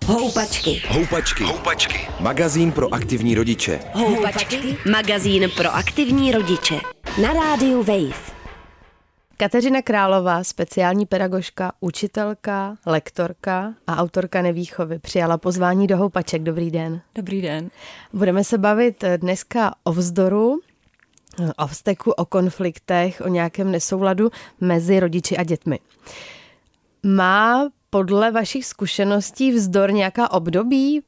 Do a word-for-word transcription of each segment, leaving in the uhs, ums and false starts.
Houpačky. Houpačky. Houpačky. Magazín pro aktivní rodiče. Houpačky. Magazín pro aktivní rodiče. Na rádiu Wave. Kateřina Králová, speciální pedagožka, učitelka, lektorka a autorka Nevýchovy, přijala pozvání do Houpaček. Dobrý den. Dobrý den. Budeme se bavit dneska o vzdoru, o vzteku, o konfliktech, o nějakém nesouladu mezi rodiči a dětmi. Má podle vašich zkušeností vzdor nějaká období?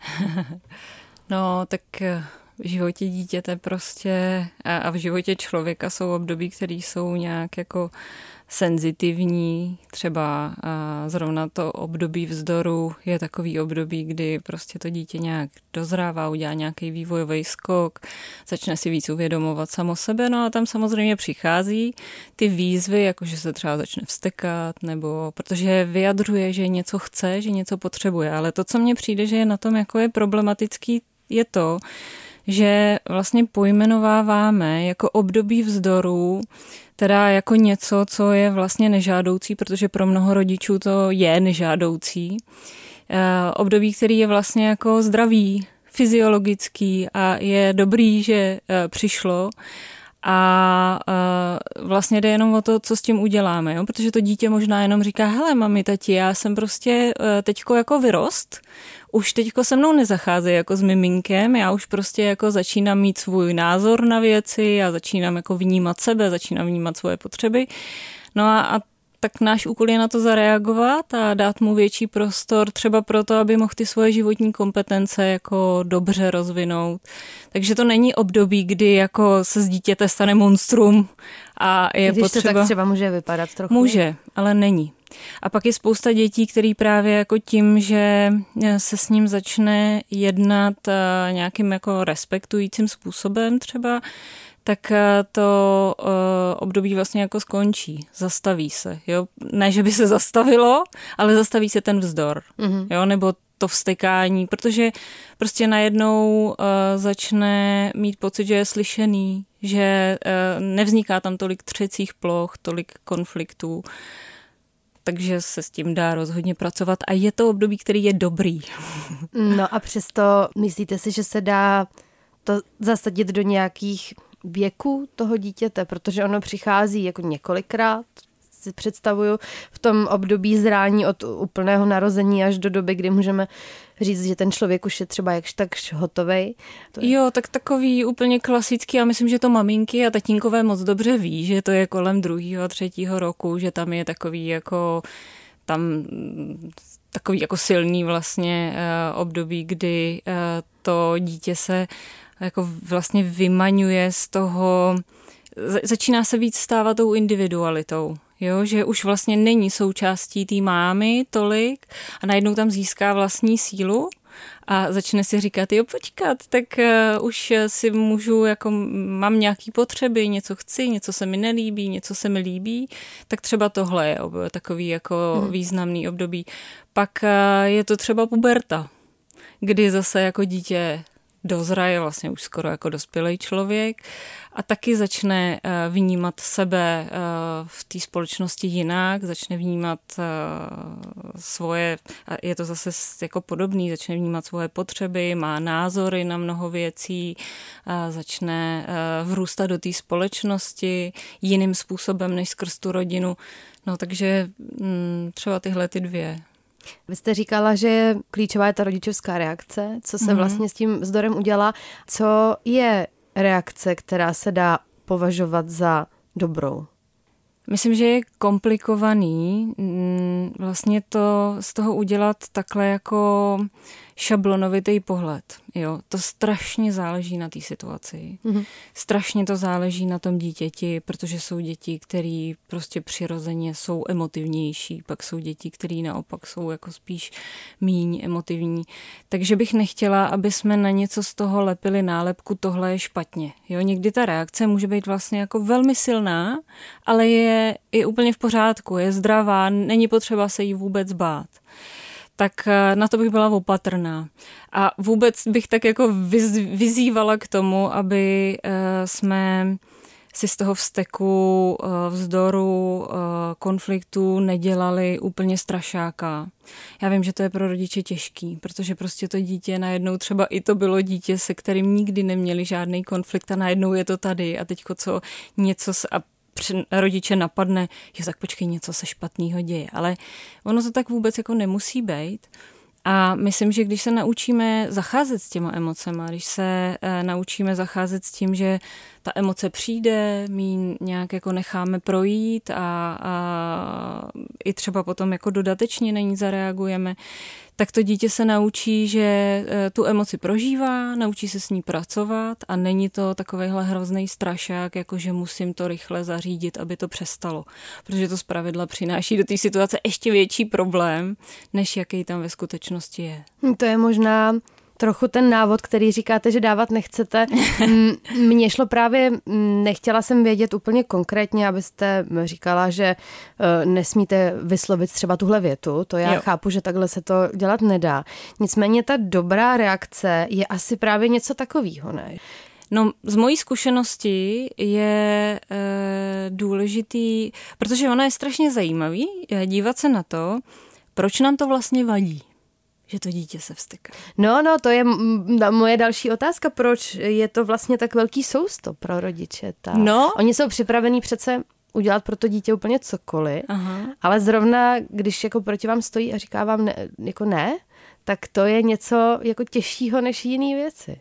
No, tak v životě dítěte prostě a v životě člověka jsou období, které jsou nějak jako senzitivní. Třeba zrovna to období vzdoru je takový období, kdy prostě to dítě nějak dozrává, udělá nějaký vývojový skok, začne si víc uvědomovat samo sebe, no a tam samozřejmě přichází ty výzvy, jako že se třeba začne vztekat, nebo protože vyjadřuje, že něco chce, že něco potřebuje. Ale to, co mně přijde, že je na tom jako je problematický, je to, že vlastně pojmenováváme jako období vzdoru, teda jako něco, co je vlastně nežádoucí, protože pro mnoho rodičů to je nežádoucí. Období, který je vlastně jako zdravý, fyziologický a je dobrý, že přišlo. A uh, vlastně jde jenom o to, co s tím uděláme, jo? Protože to dítě možná jenom říká, hele mami, tati, já jsem prostě uh, teďko jako vyrost, už teďko se mnou nezacházejí jako s miminkem, já už prostě jako začínám mít svůj názor na věci, já začínám jako vnímat sebe, začínám vnímat svoje potřeby, no a, a tak náš úkol je na to zareagovat a dát mu větší prostor, třeba proto, aby mohl ty svoje životní kompetence jako dobře rozvinout. Takže to není období, kdy jako se z dítěte stane monstrum a je Když potřeba... to tak třeba může vypadat trochu. Může, ale není. A pak je spousta dětí, který právě jako tím, že se s ním začne jednat nějakým jako respektujícím způsobem třeba, tak to uh, období vlastně jako skončí, zastaví se, jo. Ne, že by se zastavilo, ale zastaví se ten vzdor, mm-hmm. jo, nebo to vztekání, protože prostě najednou uh, začne mít pocit, že je slyšený, že uh, nevzniká tam tolik třecích ploch, tolik konfliktů, takže se s tím dá rozhodně pracovat a je to období, který je dobrý. No a přesto myslíte si, že se dá to zasadit do nějakých věku toho dítěte, protože ono přichází jako několikrát, si představuju, v tom období zrání od úplného narození až do doby, kdy můžeme říct, že ten člověk už je třeba jakž takž hotovej. Je... Jo, tak takový úplně klasický, a myslím, že to maminky a tatínkové moc dobře ví, že to je kolem druhého a třetího roku, že tam je takový jako tam takový jako silný vlastně uh, období, kdy uh, to dítě se jako vlastně vymaňuje z toho, začíná se víc stávat tou individualitou, jo, že už vlastně není součástí té mámy tolik a najednou tam získá vlastní sílu a začne si říkat, jo, počkat, tak uh, už si můžu, jako mám nějaký potřeby, něco chci, něco se mi nelíbí, něco se mi líbí, tak třeba tohle je takový jako hmm. významný období. Pak uh, je to třeba puberta, kdy zase jako dítě dozraje, vlastně už skoro jako dospělý člověk a taky začne vnímat sebe v té společnosti jinak, začne vnímat svoje, a je to zase jako podobný, začne vnímat svoje potřeby, má názory na mnoho věcí, začne vrůstat do té společnosti jiným způsobem než skrz tu rodinu. No takže třeba tyhle ty dvě. Vy jste říkala, že klíčová je ta rodičovská reakce, co se mm-hmm. vlastně s tím vzdorem udělá. Co je reakce, která se dá považovat za dobrou? Myslím, že je komplikovaný vlastně to z toho udělat takhle jako šablonovitý pohled. Jo, to strašně záleží na té situaci. Mm-hmm. Strašně to záleží na tom dítěti, protože jsou děti, které prostě přirozeně jsou emotivnější, pak jsou děti, které naopak jsou jako spíš míň emotivní. Takže bych nechtěla, aby jsme na něco z toho lepili nálepku, tohle je špatně. Jo, někdy ta reakce může být vlastně jako velmi silná, ale je, je úplně v pořádku, je zdravá, není potřeba se jí vůbec bát. Tak na to bych byla opatrná. A vůbec bych tak jako vyzývala k tomu, aby jsme si z toho vzteku, vzdoru, konfliktu nedělali úplně strašáka. Já vím, že to je pro rodiče těžký, protože prostě to dítě najednou, třeba i to bylo dítě, se kterým nikdy neměli žádný konflikt a najednou je to tady a teďko co něco a rodiče napadne, jo tak počkej, něco se špatného děje, ale ono to tak vůbec jako nemusí být. A myslím, že když se naučíme zacházet s těma emocema, když se e, naučíme zacházet s tím, že ta emoce přijde, my ji nějak jako necháme projít a, a i třeba potom jako dodatečně na ní zareagujeme, tak to dítě se naučí, že e, tu emoci prožívá, naučí se s ní pracovat a není to takovejhle hrozný strašák, jako že musím to rychle zařídit, aby to přestalo. Protože to zpravidla přináší do té situace ještě větší problém, než jaký tam ve skutečnosti je. To je možná trochu ten návod, který říkáte, že dávat nechcete. Mně šlo právě, nechtěla jsem vědět úplně konkrétně, abyste říkala, že nesmíte vyslovit třeba tuhle větu. To já jo. chápu, že takhle se to dělat nedá. Nicméně ta dobrá reakce je asi právě něco takového, ne? No, z mojí zkušenosti je e, důležitý, protože ono je strašně zajímavý dívat se na to, proč nám to vlastně vadí, že to dítě se vzteká. No, no, to je moje další otázka, proč je to vlastně tak velký sousto pro rodiče. Ta. No. Oni jsou připravení přece udělat pro to dítě úplně cokoliv, Aha. ale zrovna, když jako proti vám stojí a říká vám ne, jako ne, tak to je něco jako těžšího než jiný věci.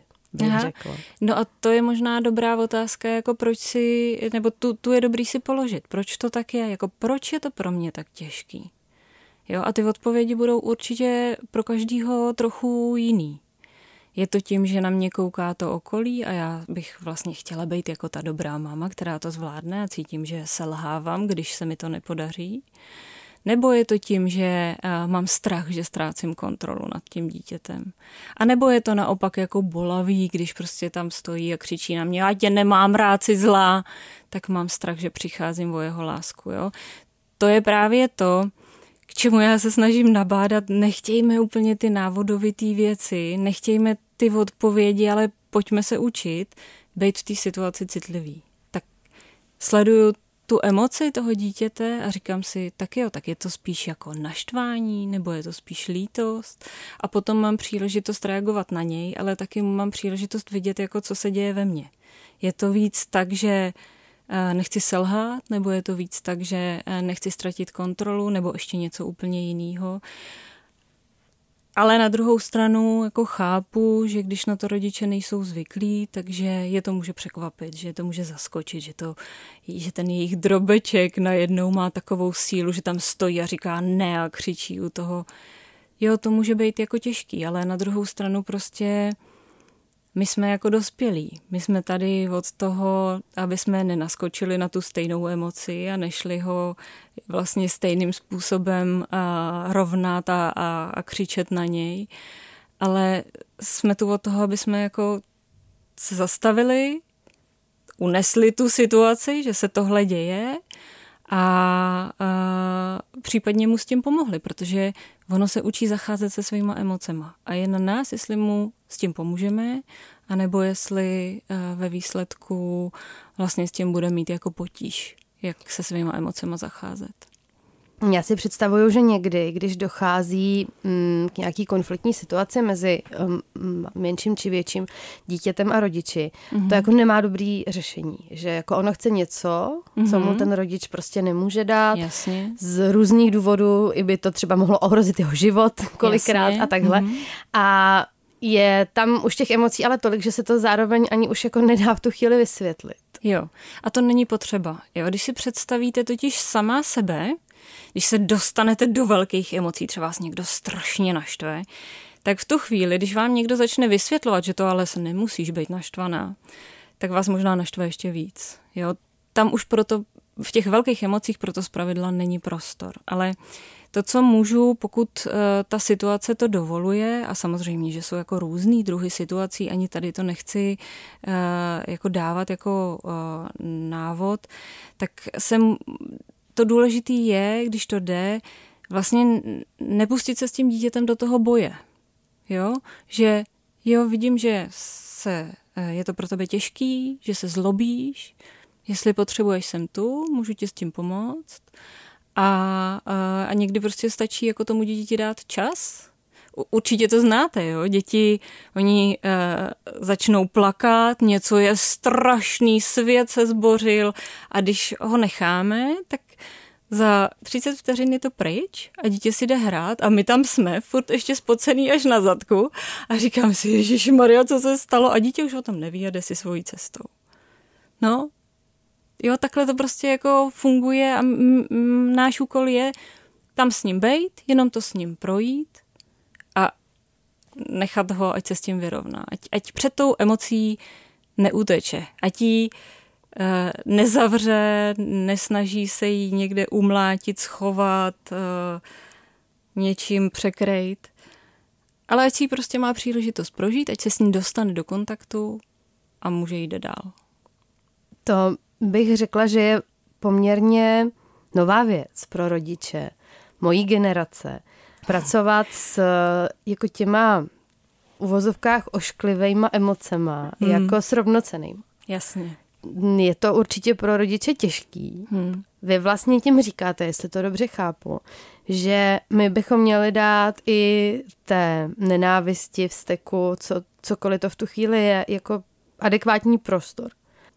No a to je možná dobrá otázka, jako proč si, nebo tu, tu je dobrý si položit. Proč to tak je? Jako proč je to pro mě tak těžký? Jo, a ty odpovědi budou určitě pro každýho trochu jiný. Je to tím, že na mě kouká to okolí a já bych vlastně chtěla být jako ta dobrá máma, která to zvládne a cítím, že selhávám, když se mi to nepodaří. Nebo je to tím, že uh, mám strach, že ztrácím kontrolu nad tím dítětem. A nebo je to naopak jako bolavý, když prostě tam stojí a křičí na mě, já tě nemám rád, si zlá, tak mám strach, že přicházím o jeho lásku. Jo? To je právě to, k čemu já se snažím nabádat. Nechtějme úplně ty návodovitý věci, nechtějme ty odpovědi, ale pojďme se učit být v té situaci citlivý. Tak sleduju tu emoci toho dítěte a říkám si, tak jo, tak je to spíš jako naštvání, nebo je to spíš lítost a potom mám příležitost reagovat na něj, ale taky mám příležitost vidět, jako co se děje ve mně. Je to víc tak, že nechci selhat, nebo je to víc tak, že nechci ztratit kontrolu, nebo ještě něco úplně jiného. Ale na druhou stranu jako chápu, že když na to rodiče nejsou zvyklí, takže je to může překvapit, že to může zaskočit, že, to, že ten jejich drobeček najednou má takovou sílu, že tam stojí a říká ne a křičí u toho. Jo, to může být jako těžký, ale na druhou stranu prostě my jsme jako dospělí. My jsme tady od toho, aby jsme nenaskočili na tu stejnou emoci a nešli ho vlastně stejným způsobem a rovnat a, a, a křičet na něj. Ale jsme tu od toho, aby jsme jako se zastavili, unesli tu situaci, že se tohle děje a, a případně mu s tím pomohli, protože ono se učí zacházet se svýma emocema. A je na nás, jestli mu s tím pomůžeme, anebo jestli ve výsledku vlastně s tím bude mít jako potíž, jak se svýma emocema zacházet. Já si představuju, že někdy, když dochází mm, k nějaký konfliktní situaci mezi um, menším či větším dítětem a rodiči, mm-hmm. to jako nemá dobrý řešení. Že jako ono chce něco, mm-hmm. co mu ten rodič prostě nemůže dát. Jasně. Z různých důvodů, i by to třeba mohlo ohrozit jeho život kolikrát Jasně. a takhle. Mm-hmm. A je tam už těch emocí ale tolik, že se to zároveň ani už jako nedá v tu chvíli vysvětlit. Jo, a to není potřeba. Jo, když si představíte totiž sama sebe, když se dostanete do velkých emocí, třeba vás někdo strašně naštve, tak v tu chvíli, když vám někdo začne vysvětlovat, že to ale se nemusíš být naštvaná, tak vás možná naštve ještě víc. Jo, tam už proto, v těch velkých emocích proto zpravidla není prostor. Ale to, co můžu, pokud uh, ta situace to dovoluje, a samozřejmě, že jsou jako různý druhy situací, ani tady to nechci uh, jako dávat jako uh, návod, tak jsem, to důležitý je, když to jde, vlastně nepustit se s tím dítětem do toho boje. Jo? Že jo, vidím, že se, je to pro tebe těžký, že se zlobíš, Jestli potřebuješ, jsem tu, můžu ti s tím pomoct. A, a, a někdy prostě stačí jako tomu dítěti dát čas. Určitě to znáte, jo? Děti, oni uh, začnou plakat, něco je strašný, svět se zbořil a když ho necháme, tak za třicet vteřin je to pryč a dítě si jde hrát a my tam jsme, furt ještě spocený až na zadku a říkám si, ježišmarja, co se stalo a dítě už o tom neví a jde si svojí cestou. No, jo, takhle to prostě jako funguje a m- m- náš úkol je tam s ním bejt, jenom to s ním projít a nechat ho, ať se s tím vyrovná. Ať, ať před tou emocí neuteče. Ať jí e, nezavře, nesnaží se jí někde umlátit, schovat, e, něčím překrejt. Ale ať si prostě má příležitost prožít, ať se s ní dostane do kontaktu a může jít dál. To bych řekla, že je poměrně nová věc pro rodiče mojí generace. Pracovat s jako těma v uvozovkách ošklivejma emocema, hmm. jako s rovnocenným. Jasně. Je to určitě pro rodiče těžký. Hmm. Vy vlastně tím říkáte, jestli to dobře chápu, že my bychom měli dát i té nenávisti, vzteku, co, cokoliv to v tu chvíli je, jako adekvátní prostor.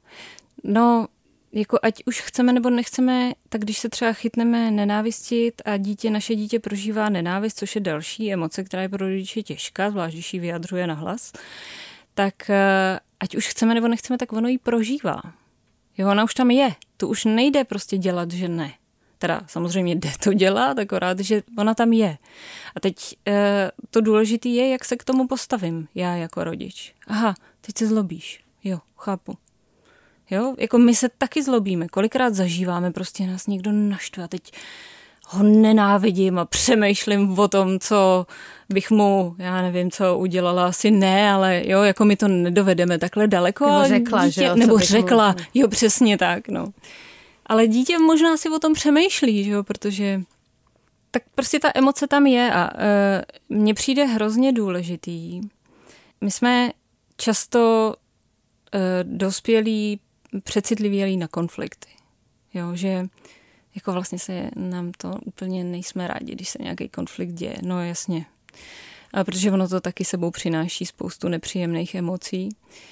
No, jako ať už chceme nebo nechceme, tak když se třeba chytneme nenávistit a dítě, naše dítě prožívá nenávist, což je další emoce, která je pro rodiče těžká, zvlášť když ji vyjadřuje nahlas, tak ať už chceme nebo nechceme, tak ono ji prožívá. Jo, ona už tam je. To už nejde prostě dělat, že ne. Teda samozřejmě jde to dělat, akorát, že ona tam je. A teď to důležité je, jak se k tomu postavím já jako rodič. Aha, teď se zlobíš. Jo, chápu. Jo, jako my se taky zlobíme. Kolikrát zažíváme, prostě nás někdo naštve a teď ho nenávidím a přemýšlím o tom, co bych mu, já nevím, co udělala, asi ne, ale jo, jako my to nedovedeme takhle daleko. Nebo řekla, dítě, že jo, Nebo řekla, mu... jo, přesně tak, no. Ale dítě možná si o tom přemýšlí, že jo, protože tak prostě ta emoce tam je a e, mně přijde hrozně důležitý. My jsme často e, dospělí přecitlivělí na konflikty. Jo, že jako vlastně se nám to úplně nejsme rádi, když se nějaký konflikt děje. No jasně. A protože ono to taky sebou přináší spoustu nepříjemných emocí.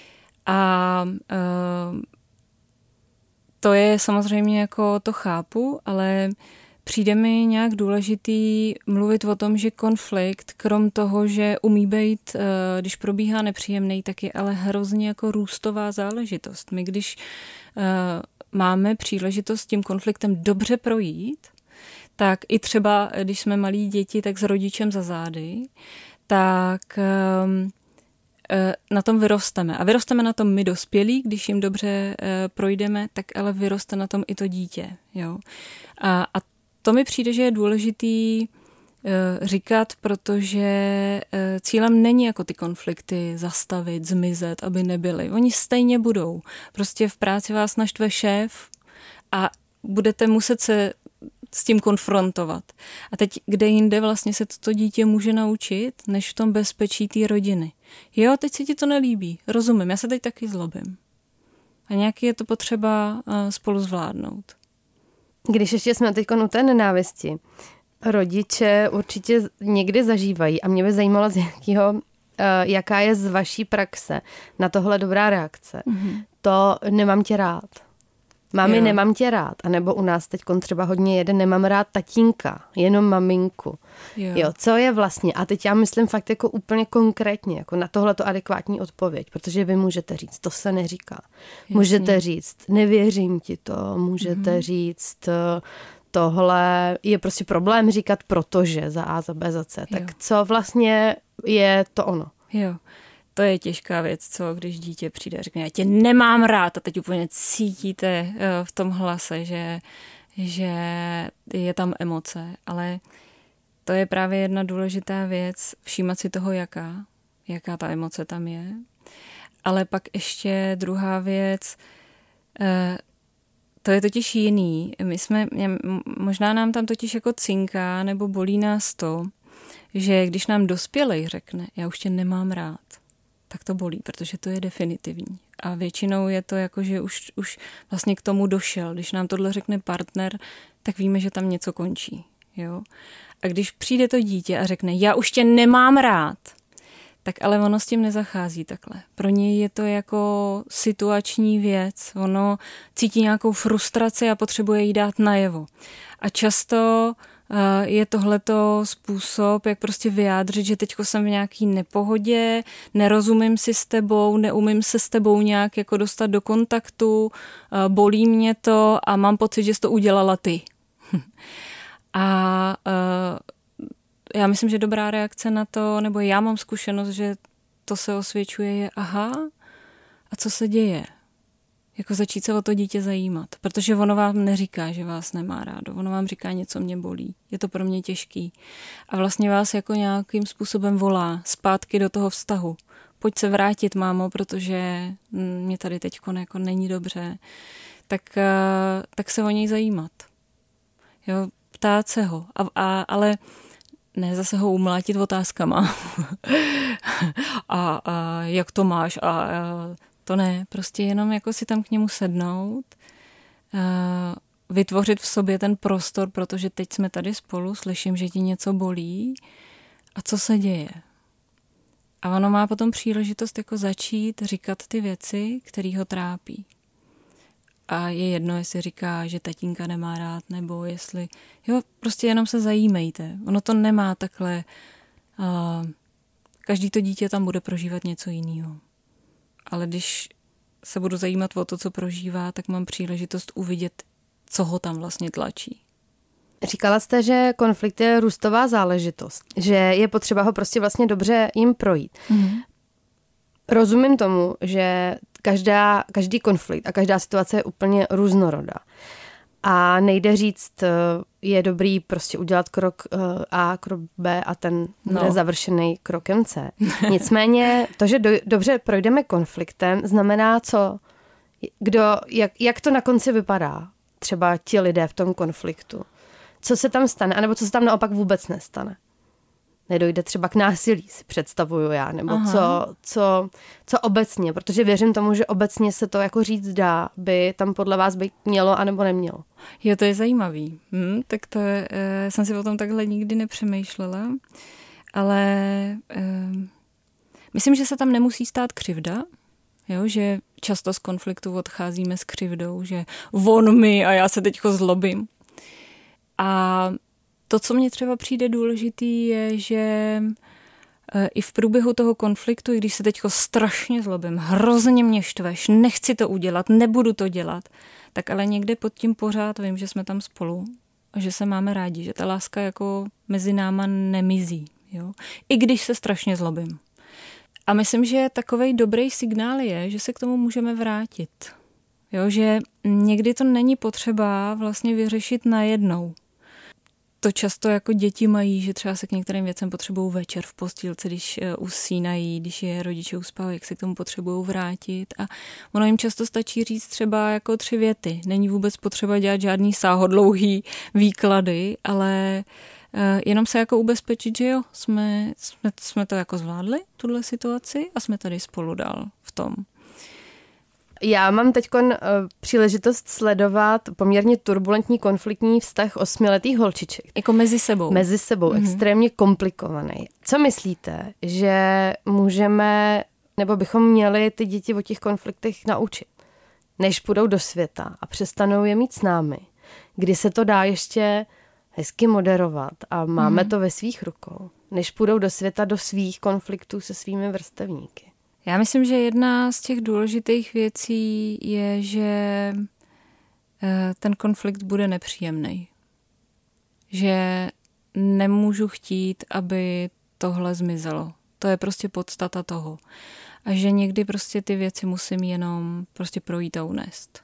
A e, to je samozřejmě jako to chápu, ale přijde mi nějak důležitý mluvit o tom, že konflikt, krom toho, že umí být, když probíhá nepříjemný, tak je ale hrozně jako růstová záležitost. My když máme příležitost s tím konfliktem dobře projít, tak i třeba, když jsme malí děti, tak s rodičem za zády, tak na tom vyrosteme. A vyrosteme na tom my dospělí, když jim dobře projdeme, tak ale vyroste na tom i to dítě. Jo? A, a to mi přijde, že je důležitý říkat, protože cílem není jako ty konflikty zastavit, zmizet, aby nebyly. Oni stejně budou. Prostě v práci vás naštve šéf a budete muset se s tím konfrontovat. A teď kde jinde vlastně se toto dítě může naučit, než v tom bezpečí té rodiny. Jo, teď se ti to nelíbí, rozumím, já se teď taky zlobím. A nějaký je to potřeba spolu zvládnout. Když ještě jsme teď u té nenávisti, rodiče určitě někdy zažívají a mě by zajímalo, z jakého, jaká je z vaší praxe na tohle dobrá reakce. Mm-hmm. To nemám tě rád. Mami, jo. Nemám tě rád. A nebo u nás teď třeba hodně jede, nemám rád tatínka, jenom maminku. Jo. jo, co je vlastně? A teď já myslím fakt jako úplně konkrétně, jako na tohleto adekvátní odpověď, protože vy můžete říct, to se neříká. Jasně. Můžete říct, nevěřím ti to, můžete mm-hmm. říct, tohle je prostě problém říkat protože za A, za B, za C. Tak jo. Co vlastně je to ono? Jo. To je těžká věc, co když dítě přijde a řekne, já tě nemám rád a teď úplně cítíte v tom hlase, že, že je tam emoce, ale to je právě jedna důležitá věc, všímat si toho, jaká, jaká ta emoce tam je. Ale pak ještě druhá věc, to je totiž jiný. My jsme, možná nám tam totiž jako cinká nebo bolí nás to, že když nám dospělej řekne, já už tě nemám rád, tak to bolí, protože to je definitivní. A většinou je to jako, že už, už vlastně k tomu došel. Když nám tohle řekne partner, tak víme, že tam něco končí. Jo? A když přijde to dítě a řekne, já už tě nemám rád, tak ale ono s tím nezachází takhle. Pro něj je to jako situační věc. Ono cítí nějakou frustraci a potřebuje jí dát najevo. A často je tohleto způsob, jak prostě vyjádřit, že teďko jsem v nějaký nepohodě, nerozumím si s tebou, neumím se s tebou nějak jako dostat do kontaktu, bolí mě to a mám pocit, že jsi to udělala ty. A já myslím, že dobrá reakce na to, nebo já mám zkušenost, že to se osvědčuje, je aha, a co se děje? Jako začít se o to dítě zajímat, protože ono vám neříká, že vás nemá rádo, ono vám říká, něco mě bolí, je to pro mě těžký. A vlastně vás jako nějakým způsobem volá zpátky do toho vztahu. Pojď se vrátit, mámo, protože mě tady teďko jako není dobře. Tak, tak se o něj zajímat. Jo, ptát se ho, a, a, ale ne zase ho umlátit otázkama. a, a jak to máš? A, a to ne, prostě jenom jako si tam k němu sednout, a vytvořit v sobě ten prostor, protože teď jsme tady spolu, slyším, že ti něco bolí a co se děje. A ono má potom příležitost jako začít říkat ty věci, které ho trápí. A je jedno, jestli říká, že tatínka nemá rád, nebo jestli... Jo, prostě jenom se zajímejte. Ono to nemá takhle... Uh, každý to dítě tam bude prožívat něco jiného. Ale když se budu zajímat o to, co prožívá, tak mám příležitost uvidět, co ho tam vlastně tlačí. Říkala jste, že konflikt je růstová záležitost, že je potřeba ho prostě vlastně dobře jim projít. Mm-hmm. Rozumím tomu, že každá, každý konflikt a každá situace je úplně různorodá. A nejde říct, je dobrý prostě udělat krok A, krok B a ten bude no. završený krokem C. Nicméně to, že do, dobře projdeme konfliktem, znamená co? Kdo, jak, jak to na konci vypadá? Třeba ti lidé v tom konfliktu. Co se tam stane? A nebo co se tam naopak vůbec nestane? Nedojde třeba k násilí, si představuju já, nebo co, co, co obecně, protože věřím tomu, že obecně se to jako říct dá, by tam podle vás být mělo, anebo nemělo. Jo, to je zajímavý. Hm, tak to je, e, jsem si o tom takhle nikdy nepřemýšlela, ale e, myslím, že se tam nemusí stát křivda, jo, že často z konfliktu odcházíme s křivdou, že von mi a já se teďko zlobím. A to, co mně třeba přijde důležitý, je, že i v průběhu toho konfliktu, i když se teďko strašně zlobím, hrozně mě štveš, nechci to udělat, nebudu to dělat, tak ale někde pod tím pořád vím, že jsme tam spolu a že se máme rádi, že ta láska jako mezi náma nemizí. Jo? I když se strašně zlobím. A myslím, že takovej dobrý signál je, že se k tomu můžeme vrátit. Jo? Že někdy to není potřeba vlastně vyřešit najednou. To často jako děti mají, že třeba se k některým věcem potřebují večer v postýlce, když usínají, když je rodiče uspávají, jak se k tomu potřebují vrátit. A ono jim často stačí říct třeba jako tři věty. Není vůbec potřeba dělat žádný sáhodlouhý výklady, ale jenom se jako ubezpečit, že jo, jsme, jsme, jsme to jako zvládli, tuhle situaci, a jsme tady spolu dál v tom. Já mám teď uh, příležitost sledovat poměrně turbulentní konfliktní vztah osmiletých holčiček. Jako mezi sebou. Mezi sebou, mm-hmm. extrémně komplikovaný. Co myslíte, že můžeme, nebo bychom měli ty děti o těch konfliktech naučit, než půjdou do světa a přestanou je mít s námi, kdy se to dá ještě hezky moderovat a máme mm-hmm. to ve svých rukou, než půjdou do světa do svých konfliktů se svými vrstevníky? Já myslím, že jedna z těch důležitých věcí je, že ten konflikt bude nepříjemný. Že nemůžu chtít, aby tohle zmizelo. To je prostě podstata toho. A že někdy prostě ty věci musím jenom prostě projít a unést.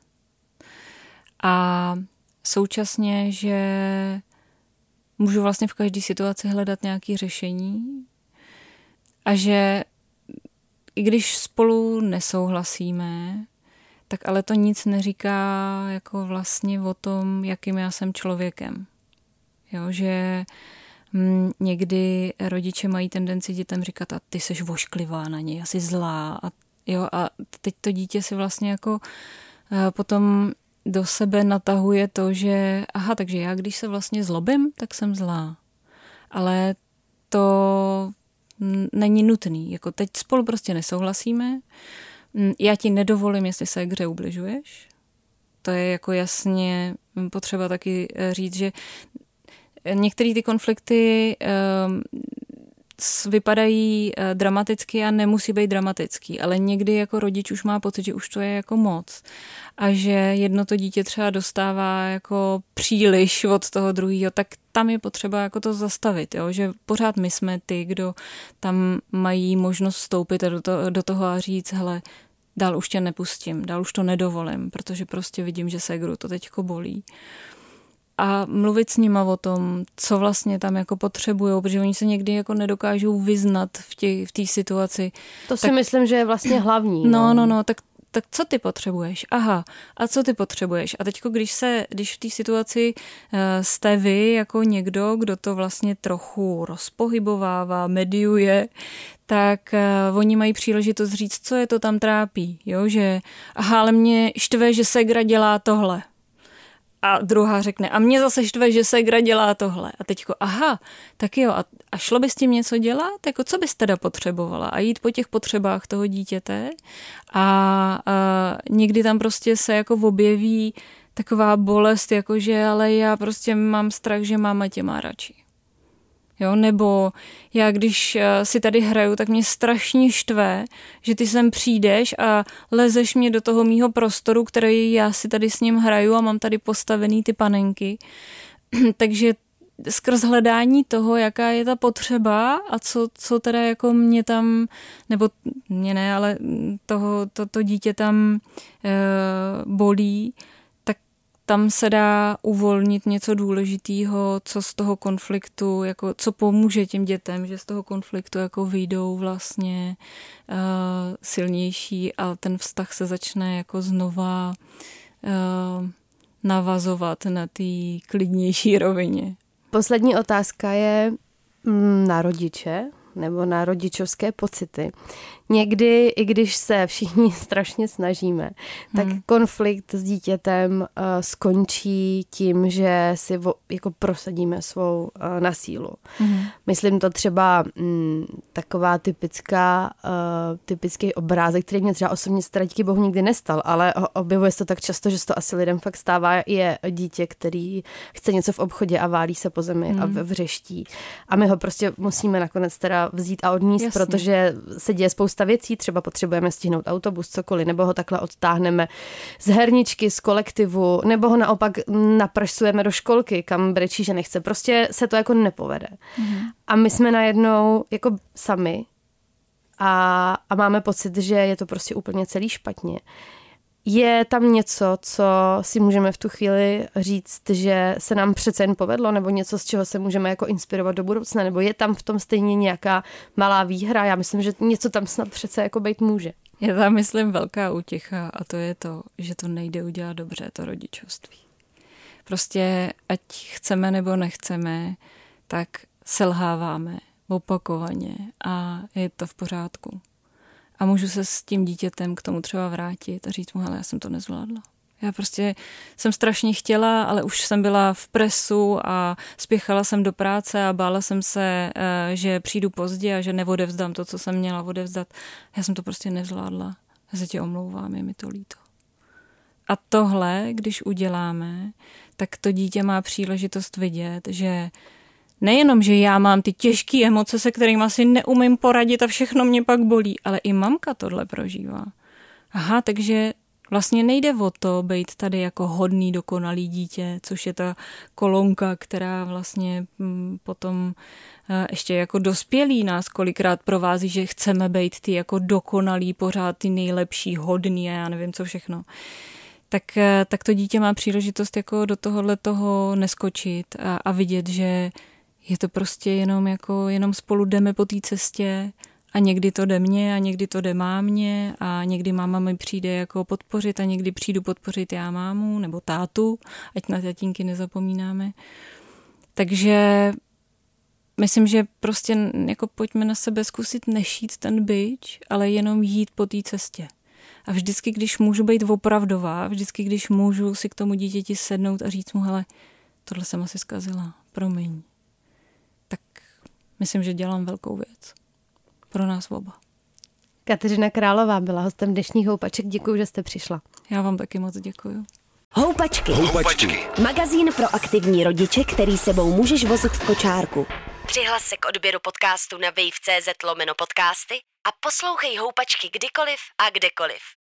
A současně, že můžu vlastně v každé situaci hledat nějaké řešení a že i když spolu nesouhlasíme, tak ale to nic neříká jako vlastně o tom, jakým já jsem člověkem. Jo, že hm, někdy rodiče mají tendenci dětem říkat, a ty seš vošklivá na něj, asi zlá a Jo, a teď to dítě si vlastně jako potom do sebe natahuje to, že aha, takže já když se vlastně zlobím, tak jsem zlá. Ale to není nutný. Jako teď spolu prostě nesouhlasíme. Já ti nedovolím, jestli se hře ubližuješ. To je jako jasně potřeba taky říct, že některé ty konflikty um, vypadají uh, dramaticky a nemusí být dramatický, ale někdy jako rodič už má pocit, že už to je jako moc a že jedno to dítě třeba dostává jako příliš od toho druhého, tak tam je potřeba jako to zastavit, jo? Že pořád my jsme ty, kdo tam mají možnost vstoupit do, to, do toho a říct, hele, dál už tě nepustím, dál už to nedovolím, protože prostě vidím, že ségru to teďko bolí. A mluvit s nima o tom, co vlastně tam jako potřebujou, protože oni se někdy jako nedokážou vyznat v té v té situaci. To si tak, myslím, že je vlastně hlavní. No, no, no, no, tak, tak co ty potřebuješ? Aha, a co ty potřebuješ? A teďko, když se, když v té situaci uh, jste vy jako někdo, kdo to vlastně trochu rozpohybovává, mediuje, tak uh, oni mají příležitost říct, co je to tam trápí. Jo? Že aha, ale mě štve, že ségra dělá tohle. A druhá řekne, a mě zase štve, že ségra dělá tohle. A teďko, aha, tak jo, a, a šlo by s tím něco dělat? Jako co bys teda potřebovala? A jít po těch potřebách toho dítěte. A, a někdy tam prostě se jako objeví taková bolest, jakože ale já prostě mám strach, že máma tě má radši. Jo, nebo já, když si tady hraju, tak mě strašně štve, že ty sem přijdeš a lezeš mě do toho mýho prostoru, který já si tady s ním hraju a mám tady postavený ty panenky. Takže skrz hledání toho, jaká je ta potřeba a co, co teda jako mě tam, nebo mě ne, ale toho, to, to dítě tam e, bolí, tam se dá uvolnit něco důležitého, co z toho konfliktu, jako, co pomůže těm dětem, že z toho konfliktu jako vyjdou vlastně uh, silnější a ten vztah se začne jako znova uh, navazovat na té klidnější rovině. Poslední otázka je mm, na rodiče nebo na rodičovské pocity. Někdy, i když se všichni strašně snažíme, tak hmm. konflikt s dítětem uh, skončí tím, že si vo, jako prosadíme svou uh, na sílu. Hmm. Myslím to třeba mm, taková typická, uh, typický obrázek, který mě třeba osobně se díky bohu nikdy nestal, ale objevuje se to tak často, že se to asi lidem fakt stává, je dítě, který chce něco v obchodě a válí se po zemi hmm. a vřeští. A my ho prostě musíme nakonec teda vzít a odníst, Jasně. protože se děje spousta věcí, třeba potřebujeme stihnout autobus, cokoliv, nebo ho takhle odtáhneme z herničky, z kolektivu, nebo ho naopak naprašujeme do školky, kam brečí, že nechce. Prostě se to jako nepovede. Mm. A my jsme najednou jako sami a, a máme pocit, že je to prostě úplně celý špatně. Je tam něco, co si můžeme v tu chvíli říct, že se nám přece jen povedlo, nebo něco, z čeho se můžeme jako inspirovat do budoucna, nebo je tam v tom stejně nějaká malá výhra? Já myslím, že něco tam snad přece jako být může. Je tam, myslím, velká útěcha a to je to, že to nejde udělat dobře, to rodičovství. Prostě ať chceme nebo nechceme, tak selháváme opakovaně a je to v pořádku. A můžu se s tím dítětem k tomu třeba vrátit a říct mu, hele, já jsem to nezvládla. Já prostě jsem strašně chtěla, ale už jsem byla v presu a spěchala jsem do práce a bála jsem se, že přijdu pozdě a že neodevzdám to, co jsem měla odevzdat. Já jsem to prostě nezvládla. Já se tě omlouvám, je mi to líto. A tohle, když uděláme, tak to dítě má příležitost vidět, že nejenom, že já mám ty těžké emoce, se kterými si neumím poradit a všechno mě pak bolí, ale i mamka tohle prožívá. Aha, takže vlastně nejde o to být tady jako hodný, dokonalý dítě, což je ta kolonka, která vlastně potom ještě jako dospělí nás kolikrát provází, že chceme být ty jako dokonalý, pořád ty nejlepší, hodný a já nevím co všechno. Tak, tak to dítě má příležitost jako do tohohle toho neskočit a, a vidět, že je to prostě jenom jako, jenom spolu jdeme po té cestě a někdy to jde mně a někdy to jde mámě a někdy máma mi přijde jako podpořit a někdy přijdu podpořit já mámu nebo tátu, ať na tatínky nezapomínáme. Takže Myslím, že prostě jako pojďme na sebe zkusit nešít ten bič, ale jenom jít po té cestě. A vždycky, když můžu být opravdová, vždycky, když můžu si k tomu dítěti sednout a říct mu, hele, tohle jsem asi zkazila, promiň. Tak myslím, že dělám velkou věc. Pro nás oba. Kateřina Králová byla hostem dnešních Houpaček. Děkuji, že jste přišla. Já vám taky moc děkuju. Houpačky. Houpačky. Magazín pro aktivní rodiče, který sebou můžeš vozit v kočárku. Přihlas se k odběru podcastu na wave tečka cz lomeno podcasty a poslouchej Houpačky kdykoliv a kdekoliv.